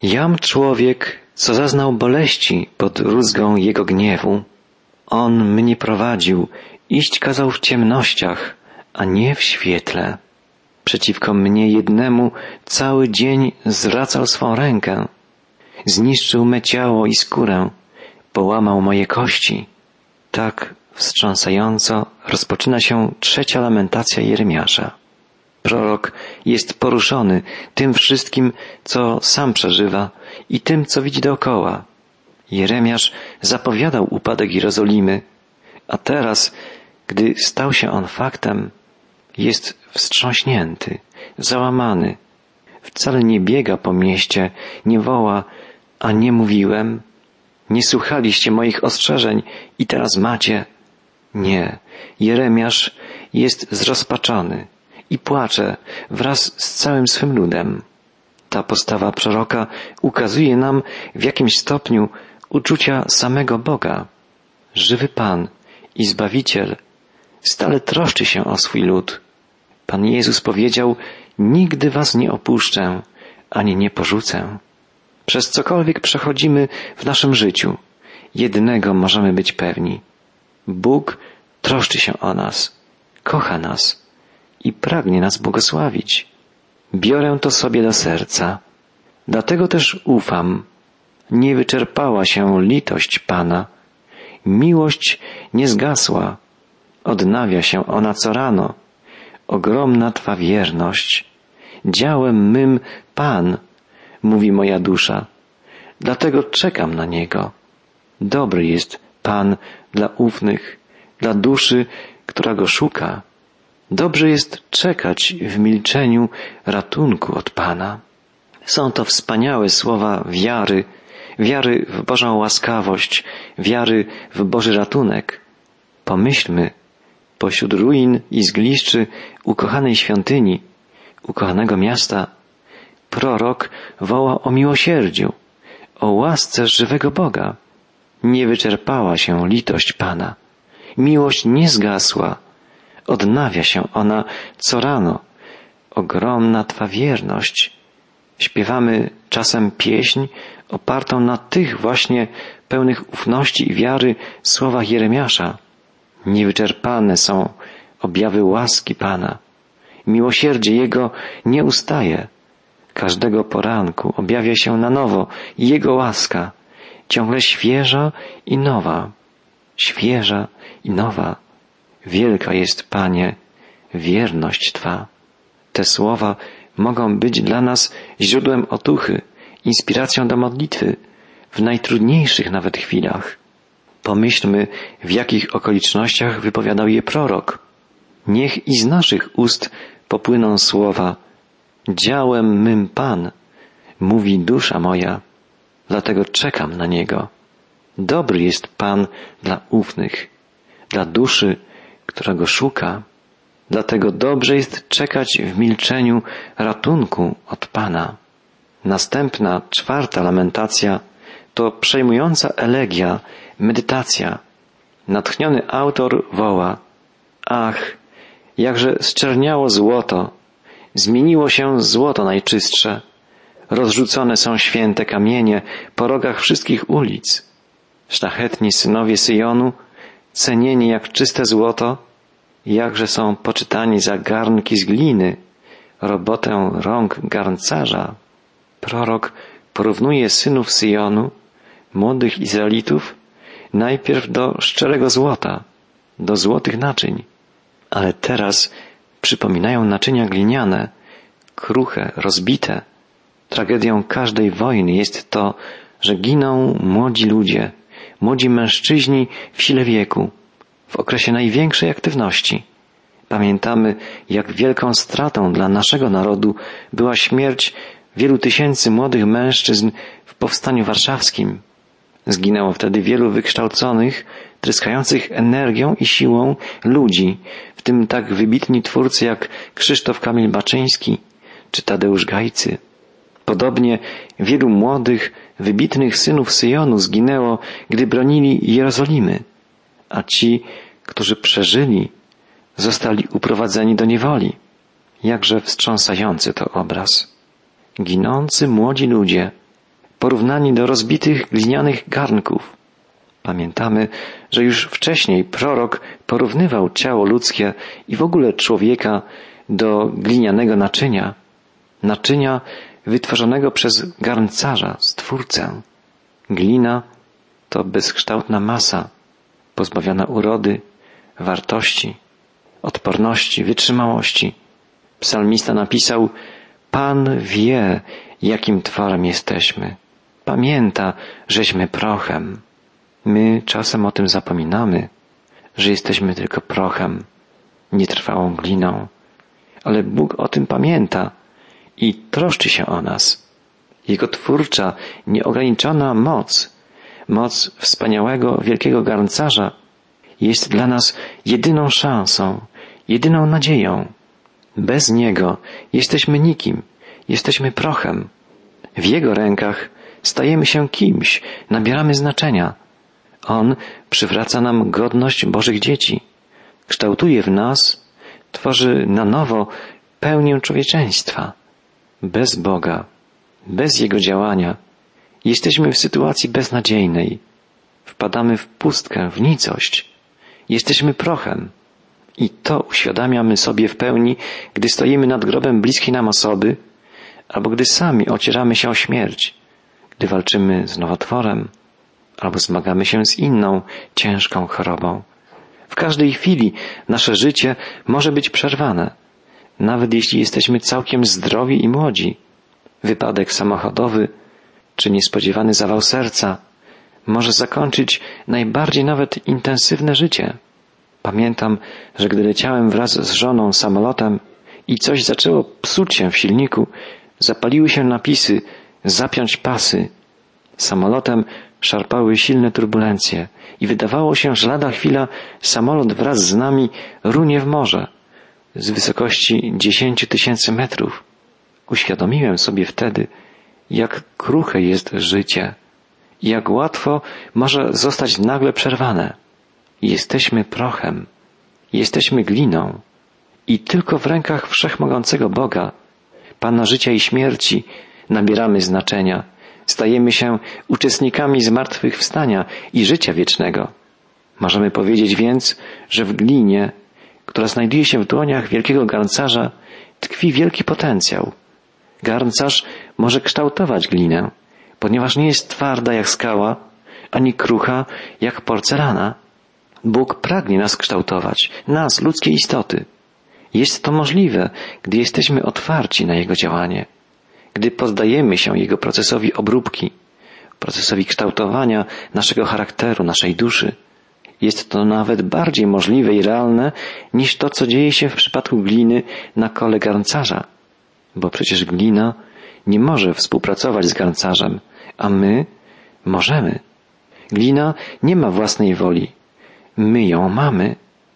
Jam człowiek, co zaznał boleści pod rózgą Jego gniewu. On mnie prowadził, iść kazał w ciemnościach, a nie w świetle. Przeciwko mnie jednemu cały dzień zwracał swą rękę. Zniszczył me ciało i skórę, połamał moje kości. Tak wstrząsająco rozpoczyna się trzecia lamentacja Jeremiasza. Prorok jest poruszony tym wszystkim, co sam przeżywa i tym, co widzi dookoła. Jeremiasz zapowiadał upadek Jerozolimy, a teraz, gdy stał się on faktem, jest wstrząśnięty, załamany. Wcale nie biega po mieście, nie woła, a nie mówiłem? Nie słuchaliście moich ostrzeżeń i teraz macie? Nie, Jeremiasz jest zrozpaczony i płacze wraz z całym swym ludem. Ta postawa proroka ukazuje nam w jakimś stopniu uczucia samego Boga. Żywy Pan i Zbawiciel stale troszczy się o swój lud. Pan Jezus powiedział: nigdy was nie opuszczę, ani nie porzucę. Przez cokolwiek przechodzimy w naszym życiu, jednego możemy być pewni. Bóg troszczy się o nas, kocha nas i pragnie nas błogosławić. Biorę to sobie do serca. Dlatego też ufam. Nie wyczerpała się litość Pana. Miłość nie zgasła. Odnawia się ona co rano. Ogromna Twa wierność. Działem mym Pan, mówi moja dusza. Dlatego czekam na Niego. Dobry jest Pan dla ufnych, dla duszy, która Go szuka. Dobrze jest czekać w milczeniu ratunku od Pana. Są to wspaniałe słowa wiary, wiary w Bożą łaskawość, wiary w Boży ratunek. Pomyślmy, pośród ruin i zgliszczy ukochanej świątyni, ukochanego miasta, prorok woła o miłosierdziu, o łasce żywego Boga. Nie wyczerpała się litość Pana. Miłość nie zgasła. Odnawia się ona co rano. Ogromna Twa wierność. Śpiewamy czasem pieśń opartą na tych właśnie pełnych ufności i wiary słowach Jeremiasza. Niewyczerpane są objawy łaski Pana. Miłosierdzie Jego nie ustaje. Każdego poranku objawia się na nowo Jego łaska, ciągle świeża i nowa. Świeża i nowa. Wielka jest, Panie, wierność Twa. Te słowa mogą być dla nas źródłem otuchy, inspiracją do modlitwy, w najtrudniejszych nawet chwilach. Pomyślmy, w jakich okolicznościach wypowiadał je prorok. Niech i z naszych ust popłyną słowa: działem mym Pan, mówi dusza moja, dlatego czekam na Niego. Dobry jest Pan dla ufnych, dla duszy, która Go szuka. Dlatego dobrze jest czekać w milczeniu ratunku od Pana. Następna, czwarta lamentacja to przejmująca elegia, medytacja. Natchniony autor woła: ach, jakże zczerniało złoto, zmieniło się złoto najczystsze. Rozrzucone są święte kamienie po rogach wszystkich ulic. Szlachetni synowie Syjonu, cenieni jak czyste złoto, jakże są poczytani za garnki z gliny, robotę rąk garncarza. Prorok porównuje synów Syjonu, młodych Izraelitów, najpierw do szczerego złota, do złotych naczyń, ale teraz przypominają naczynia gliniane, kruche, rozbite. Tragedią każdej wojny jest to, że giną młodzi ludzie, młodzi mężczyźni w sile wieku, w okresie największej aktywności. Pamiętamy, jak wielką stratą dla naszego narodu była śmierć wielu tysięcy młodych mężczyzn w Powstaniu Warszawskim. Zginęło wtedy wielu wykształconych, tryskających energią i siłą ludzi, w tym tak wybitni twórcy jak Krzysztof Kamil Baczyński czy Tadeusz Gajcy. Podobnie wielu młodych, wybitnych synów Syjonu zginęło, gdy bronili Jerozolimy, a ci, którzy przeżyli, zostali uprowadzeni do niewoli. Jakże wstrząsający to obraz. Ginący młodzi ludzie, porównani do rozbitych glinianych garnków. Pamiętamy, że już wcześniej prorok porównywał ciało ludzkie i w ogóle człowieka do glinianego naczynia wytworzonego przez garncarza, Stwórcę. Glina to bezkształtna masa, pozbawiona urody, wartości, odporności, wytrzymałości. Psalmista napisał: Pan wie, jakim tworem jesteśmy. Pamięta, żeśmy prochem. My czasem o tym zapominamy, że jesteśmy tylko prochem, nietrwałą gliną. Ale Bóg o tym pamięta i troszczy się o nas. Jego twórcza, nieograniczona moc wspaniałego, wielkiego garncarza jest dla nas jedyną szansą, jedyną nadzieją. Bez Niego jesteśmy nikim, jesteśmy prochem. W Jego rękach stajemy się kimś, nabieramy znaczenia. On przywraca nam godność Bożych dzieci, kształtuje w nas, tworzy na nowo pełnię człowieczeństwa. Bez Boga, bez Jego działania jesteśmy w sytuacji beznadziejnej. Wpadamy w pustkę, w nicość. Jesteśmy prochem. I to uświadamiamy sobie w pełni, gdy stoimy nad grobem bliskiej nam osoby, albo gdy sami ocieramy się o śmierć, gdy walczymy z nowotworem, albo zmagamy się z inną ciężką chorobą. W każdej chwili nasze życie może być przerwane, nawet jeśli jesteśmy całkiem zdrowi i młodzi. Wypadek samochodowy czy niespodziewany zawał serca może zakończyć najbardziej nawet intensywne życie. Pamiętam, że gdy leciałem wraz z żoną samolotem i coś zaczęło psuć się w silniku, zapaliły się napisy „Zapiąć pasy”. Samolotem szarpały silne turbulencje i wydawało się, że lada chwila samolot wraz z nami runie w morze z wysokości 10 000 metrów. Uświadomiłem sobie wtedy, jak kruche jest życie i jak łatwo może zostać nagle przerwane. Jesteśmy prochem, jesteśmy gliną i tylko w rękach wszechmogącego Boga, Pana życia i śmierci, nabieramy znaczenia, stajemy się uczestnikami zmartwychwstania i życia wiecznego. Możemy powiedzieć więc, że w glinie, która znajduje się w dłoniach wielkiego garncarza, tkwi wielki potencjał. Garncarz może kształtować glinę, ponieważ nie jest twarda jak skała, ani krucha jak porcelana. Bóg pragnie nas kształtować, nas, ludzkie istoty. Jest to możliwe, gdy jesteśmy otwarci na Jego działanie, gdy poddajemy się Jego procesowi obróbki, procesowi kształtowania naszego charakteru, naszej duszy. Jest to nawet bardziej możliwe i realne niż to, co dzieje się w przypadku gliny na kole garncarza, bo przecież glina nie może współpracować z garncarzem, a my możemy. Glina nie ma własnej woli. My ją mamy.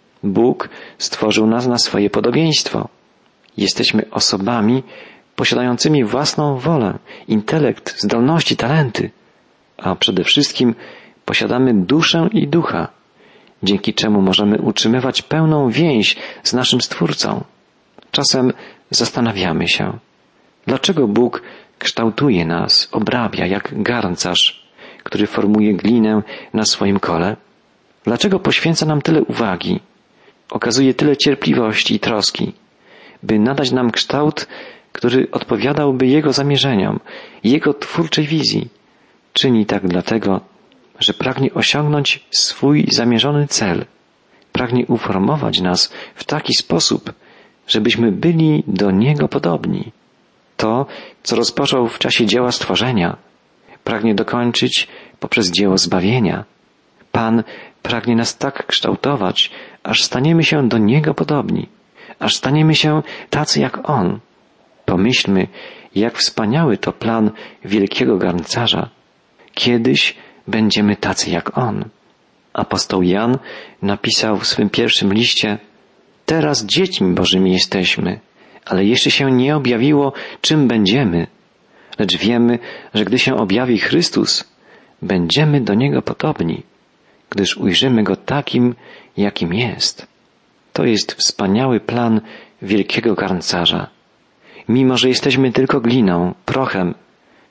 Bóg stworzył nas na swoje podobieństwo. Jesteśmy osobami posiadającymi własną wolę, intelekt, zdolności, talenty, a przede wszystkim posiadamy duszę i ducha, dzięki czemu możemy utrzymywać pełną więź z naszym Stwórcą. Czasem zastanawiamy się, dlaczego Bóg kształtuje nas, obrabia jak garncarz, który formuje glinę na swoim kole. Dlaczego poświęca nam tyle uwagi, okazuje tyle cierpliwości i troski, by nadać nam kształt, który odpowiadałby Jego zamierzeniom, Jego twórczej wizji. Czyni tak dlatego, że pragnie osiągnąć swój zamierzony cel. Pragnie uformować nas w taki sposób, żebyśmy byli do Niego podobni. To, co rozpoczął w czasie dzieła stworzenia, pragnie dokończyć poprzez dzieło zbawienia. Pan pragnie nas tak kształtować, aż staniemy się do Niego podobni, aż staniemy się tacy jak On. Pomyślmy, jak wspaniały to plan wielkiego garncarza. Kiedyś będziemy tacy jak On. Apostoł Jan napisał w swym pierwszym liście: teraz dziećmi Bożymi jesteśmy, ale jeszcze się nie objawiło, czym będziemy. Lecz wiemy, że gdy się objawi Chrystus, będziemy do Niego podobni, gdyż ujrzymy Go takim, jakim jest. To jest wspaniały plan wielkiego garncarza. Mimo że jesteśmy tylko gliną, prochem,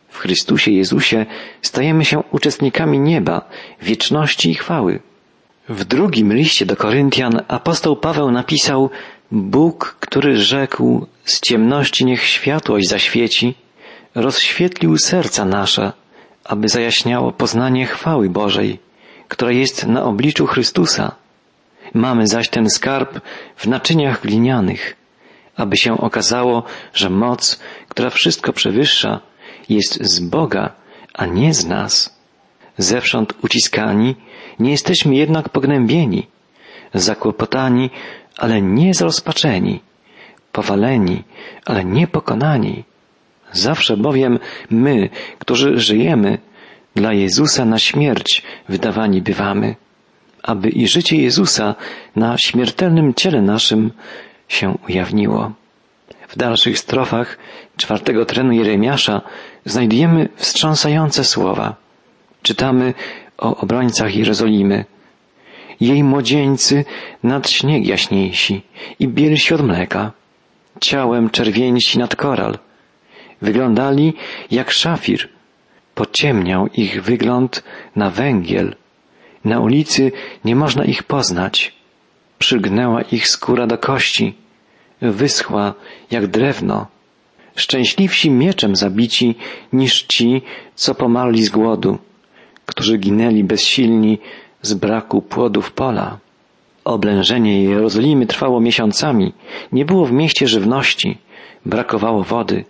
W Chrystusie Jezusie stajemy się uczestnikami nieba, wieczności i chwały. W drugim liście do Koryntian apostoł Paweł napisał: Bóg, który rzekł, z ciemności niech światłość zaświeci, rozświetlił serca nasze, aby zajaśniało poznanie chwały Bożej, która jest na obliczu Chrystusa. Mamy zaś ten skarb w naczyniach glinianych, aby się okazało, że moc, która wszystko przewyższa, jest z Boga, a nie z nas. Zewsząd uciskani, nie jesteśmy jednak pognębieni, zakłopotani, ale nie zrozpaczeni, powaleni, ale nie pokonani. Zawsze bowiem my, którzy żyjemy, dla Jezusa na śmierć wydawani bywamy, aby i życie Jezusa na śmiertelnym ciele naszym się ujawniło. W dalszych strofach 4 trenu Jeremiasza znajdujemy wstrząsające słowa. Czytamy o obrońcach Jerozolimy. Jej młodzieńcy nad śnieg jaśniejsi i bielsi od mleka, ciałem czerwieńsi nad koral. Wyglądali jak szafir. Pociemniał ich wygląd na węgiel. Na ulicy nie można ich poznać. Przylgnęła ich skóra do kości. Wyschła jak drewno. Szczęśliwsi mieczem zabici niż ci, co pomarli z głodu, którzy ginęli bezsilni z braku płodów pola. Oblężenie Jerozolimy trwało miesiącami. Nie było w mieście żywności. Brakowało wody,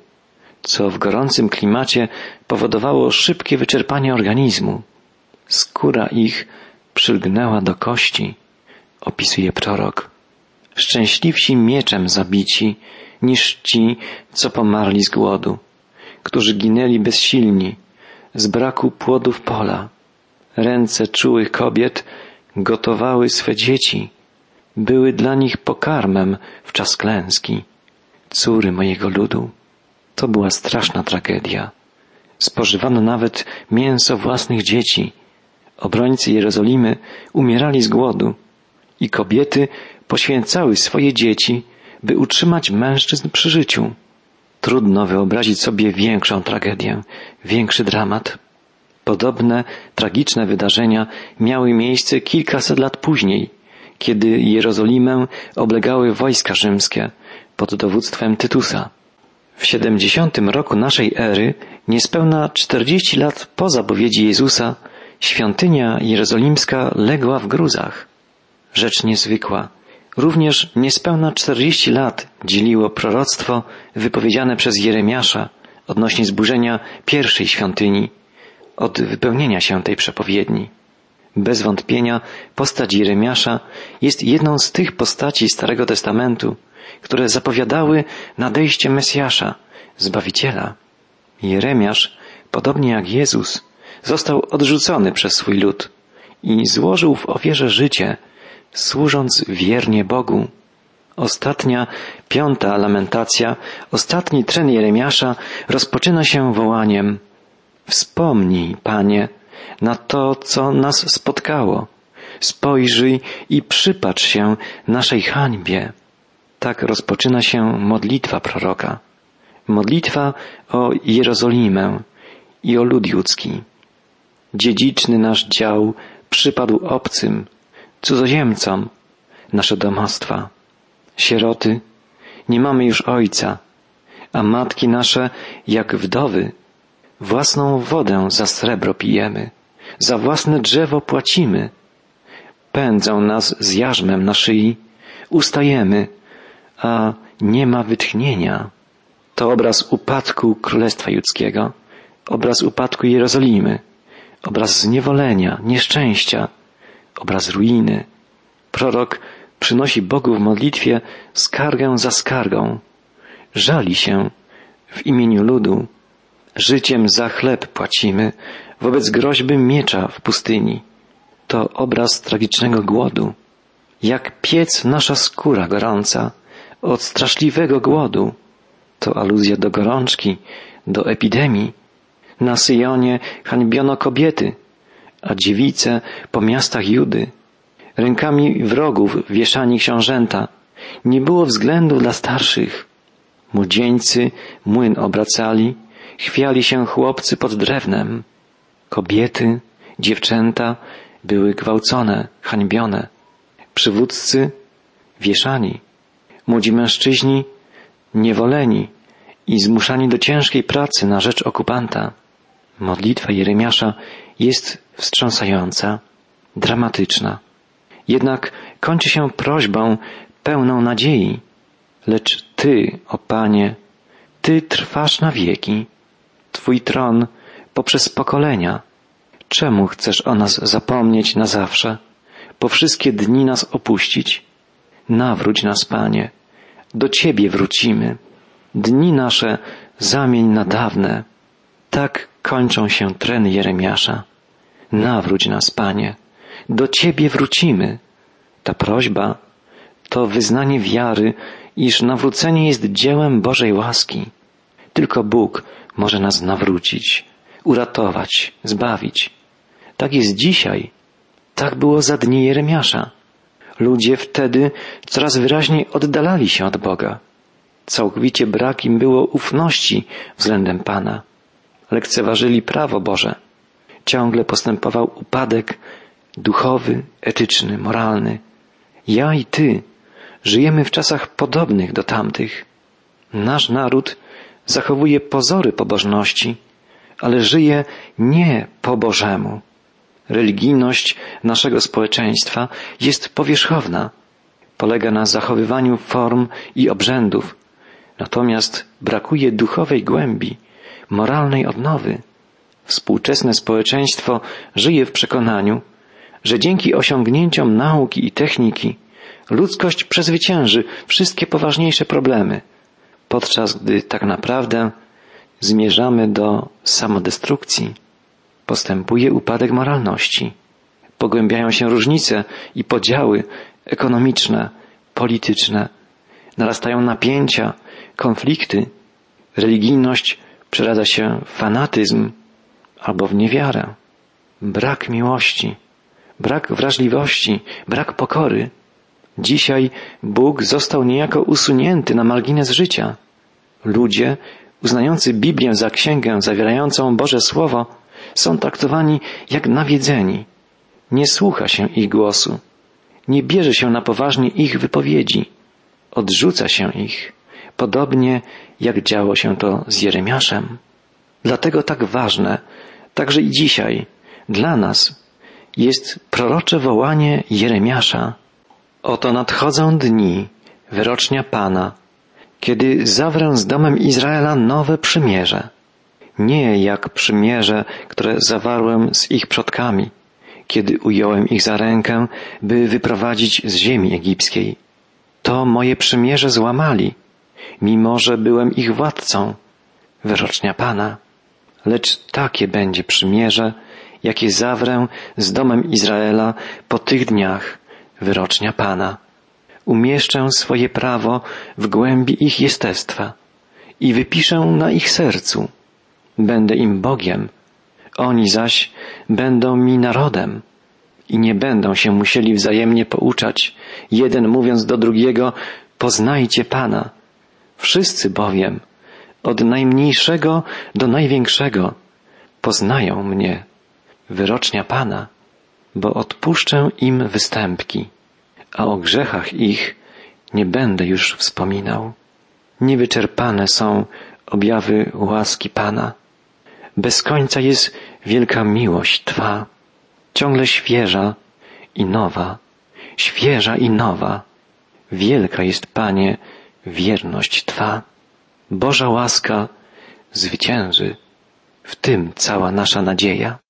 co w gorącym klimacie powodowało szybkie wyczerpanie organizmu. Skóra ich przylgnęła do kości, opisuje prorok. Szczęśliwsi mieczem zabici niż ci, co pomarli z głodu, którzy ginęli bezsilni z braku płodów pola. Ręce czułych kobiet gotowały swe dzieci, były dla nich pokarmem w czas klęski. Córy mojego ludu. To była straszna tragedia. Spożywano nawet mięso własnych dzieci. Obrońcy Jerozolimy umierali z głodu i kobiety poświęcały swoje dzieci, by utrzymać mężczyzn przy życiu. Trudno wyobrazić sobie większą tragedię, większy dramat. Podobne tragiczne wydarzenia miały miejsce kilkaset lat później, kiedy Jerozolimę oblegały wojska rzymskie pod dowództwem Tytusa. W 70 roku naszej ery, niespełna 40 lat po zapowiedzi Jezusa, świątynia jerozolimska legła w gruzach. Rzecz niezwykła. Również niespełna 40 lat dzieliło proroctwo wypowiedziane przez Jeremiasza odnośnie zburzenia pierwszej świątyni od wypełnienia się tej przepowiedni. Bez wątpienia postać Jeremiasza jest jedną z tych postaci Starego Testamentu, które zapowiadały nadejście Mesjasza, Zbawiciela. Jeremiasz, podobnie jak Jezus, został odrzucony przez swój lud i złożył w ofierze życie, służąc wiernie Bogu. Ostatnia, 5. lamentacja, ostatni tren Jeremiasza rozpoczyna się wołaniem: Wspomnij, Panie, na to, co nas spotkało. Spojrzyj i przypatrz się naszej hańbie. Tak rozpoczyna się modlitwa proroka. Modlitwa o Jerozolimę i o lud judzki. Dziedziczny nasz dział przypadł obcym, cudzoziemcom, nasze domostwa. Sieroty, nie mamy już ojca, a matki nasze jak wdowy. Własną wodę za srebro pijemy, za własne drzewo płacimy. Pędzą nas z jarzmem na szyi, ustajemy, a nie ma wytchnienia. To obraz upadku Królestwa Judzkiego, obraz upadku Jerozolimy, obraz zniewolenia, nieszczęścia, obraz ruiny. Prorok przynosi Bogu w modlitwie skargę za skargą. Żali się w imieniu ludu. Życiem za chleb płacimy wobec groźby miecza w pustyni. To obraz tragicznego głodu. Jak piec nasza skóra gorąca od straszliwego głodu. To aluzja do gorączki, do epidemii. Na Syjonie hańbiono kobiety, a dziewice po miastach Judy. Rękami wrogów wieszani książęta. Nie było względu dla starszych. Młodzieńcy młyn obracali, chwiali się chłopcy pod drewnem. Kobiety, dziewczęta były gwałcone, hańbione. Przywódcy wieszani. Młodzi mężczyźni niewoleni i zmuszani do ciężkiej pracy na rzecz okupanta. Modlitwa Jeremiasza jest wstrząsająca, dramatyczna. Jednak kończy się prośbą pełną nadziei. Lecz Ty, o Panie, Ty trwasz na wieki. Twój tron poprzez pokolenia. Czemu chcesz o nas zapomnieć na zawsze? Po wszystkie dni nas opuścić? Nawróć nas, Panie. Do Ciebie wrócimy. Dni nasze zamień na dawne. Tak kończą się treny Jeremiasza. Nawróć nas, Panie. Do Ciebie wrócimy. Ta prośba to wyznanie wiary, iż nawrócenie jest dziełem Bożej łaski. Tylko Bóg może nas nawrócić, uratować, zbawić. Tak jest dzisiaj. Tak było za dni Jeremiasza. Ludzie wtedy coraz wyraźniej oddalali się od Boga. Całkowicie brak im było ufności względem Pana. Lekceważyli prawo Boże. Ciągle postępował upadek duchowy, etyczny, moralny. Ja i Ty żyjemy w czasach podobnych do tamtych. Nasz naród zachowuje pozory pobożności, ale żyje nie po Bożemu. Religijność naszego społeczeństwa jest powierzchowna. Polega na zachowywaniu form i obrzędów, natomiast brakuje duchowej głębi, moralnej odnowy. Współczesne społeczeństwo żyje w przekonaniu, że dzięki osiągnięciom nauki i techniki ludzkość przezwycięży wszystkie poważniejsze problemy, podczas gdy tak naprawdę zmierzamy do samodestrukcji. Postępuje upadek moralności. Pogłębiają się różnice i podziały ekonomiczne, polityczne. Narastają napięcia, konflikty. Religijność przeradza się w fanatyzm albo w niewiarę. Brak miłości, brak wrażliwości, brak pokory. Dzisiaj Bóg został niejako usunięty na margines życia. Ludzie, uznający Biblię za księgę zawierającą Boże Słowo, są traktowani jak nawiedzeni. Nie słucha się ich głosu. Nie bierze się na poważnie ich wypowiedzi. Odrzuca się ich, podobnie jak działo się to z Jeremiaszem. Dlatego tak ważne, także i dzisiaj, dla nas, jest prorocze wołanie Jeremiasza. Oto nadchodzą dni, wyrocznia Pana, kiedy zawrę z domem Izraela nowe przymierze. Nie jak przymierze, które zawarłem z ich przodkami, kiedy ująłem ich za rękę, by wyprowadzić z ziemi egipskiej. To moje przymierze złamali, mimo że byłem ich władcą. Wyrocznia Pana. Lecz takie będzie przymierze, jakie zawrę z domem Izraela po tych dniach, wyrocznia Pana. Umieszczę swoje prawo w głębi ich jestestwa i wypiszę na ich sercu. Będę im Bogiem, oni zaś będą mi narodem i nie będą się musieli wzajemnie pouczać, jeden mówiąc do drugiego, poznajcie Pana. Wszyscy bowiem, od najmniejszego do największego, poznają mnie, wyrocznia Pana, bo odpuszczę im występki, a o grzechach ich nie będę już wspominał. Niewyczerpane są objawy łaski Pana. Bez końca jest wielka miłość Twa, ciągle świeża i nowa, świeża i nowa. Wielka jest, Panie, wierność Twa. Boża łaska zwycięży, w tym cała nasza nadzieja.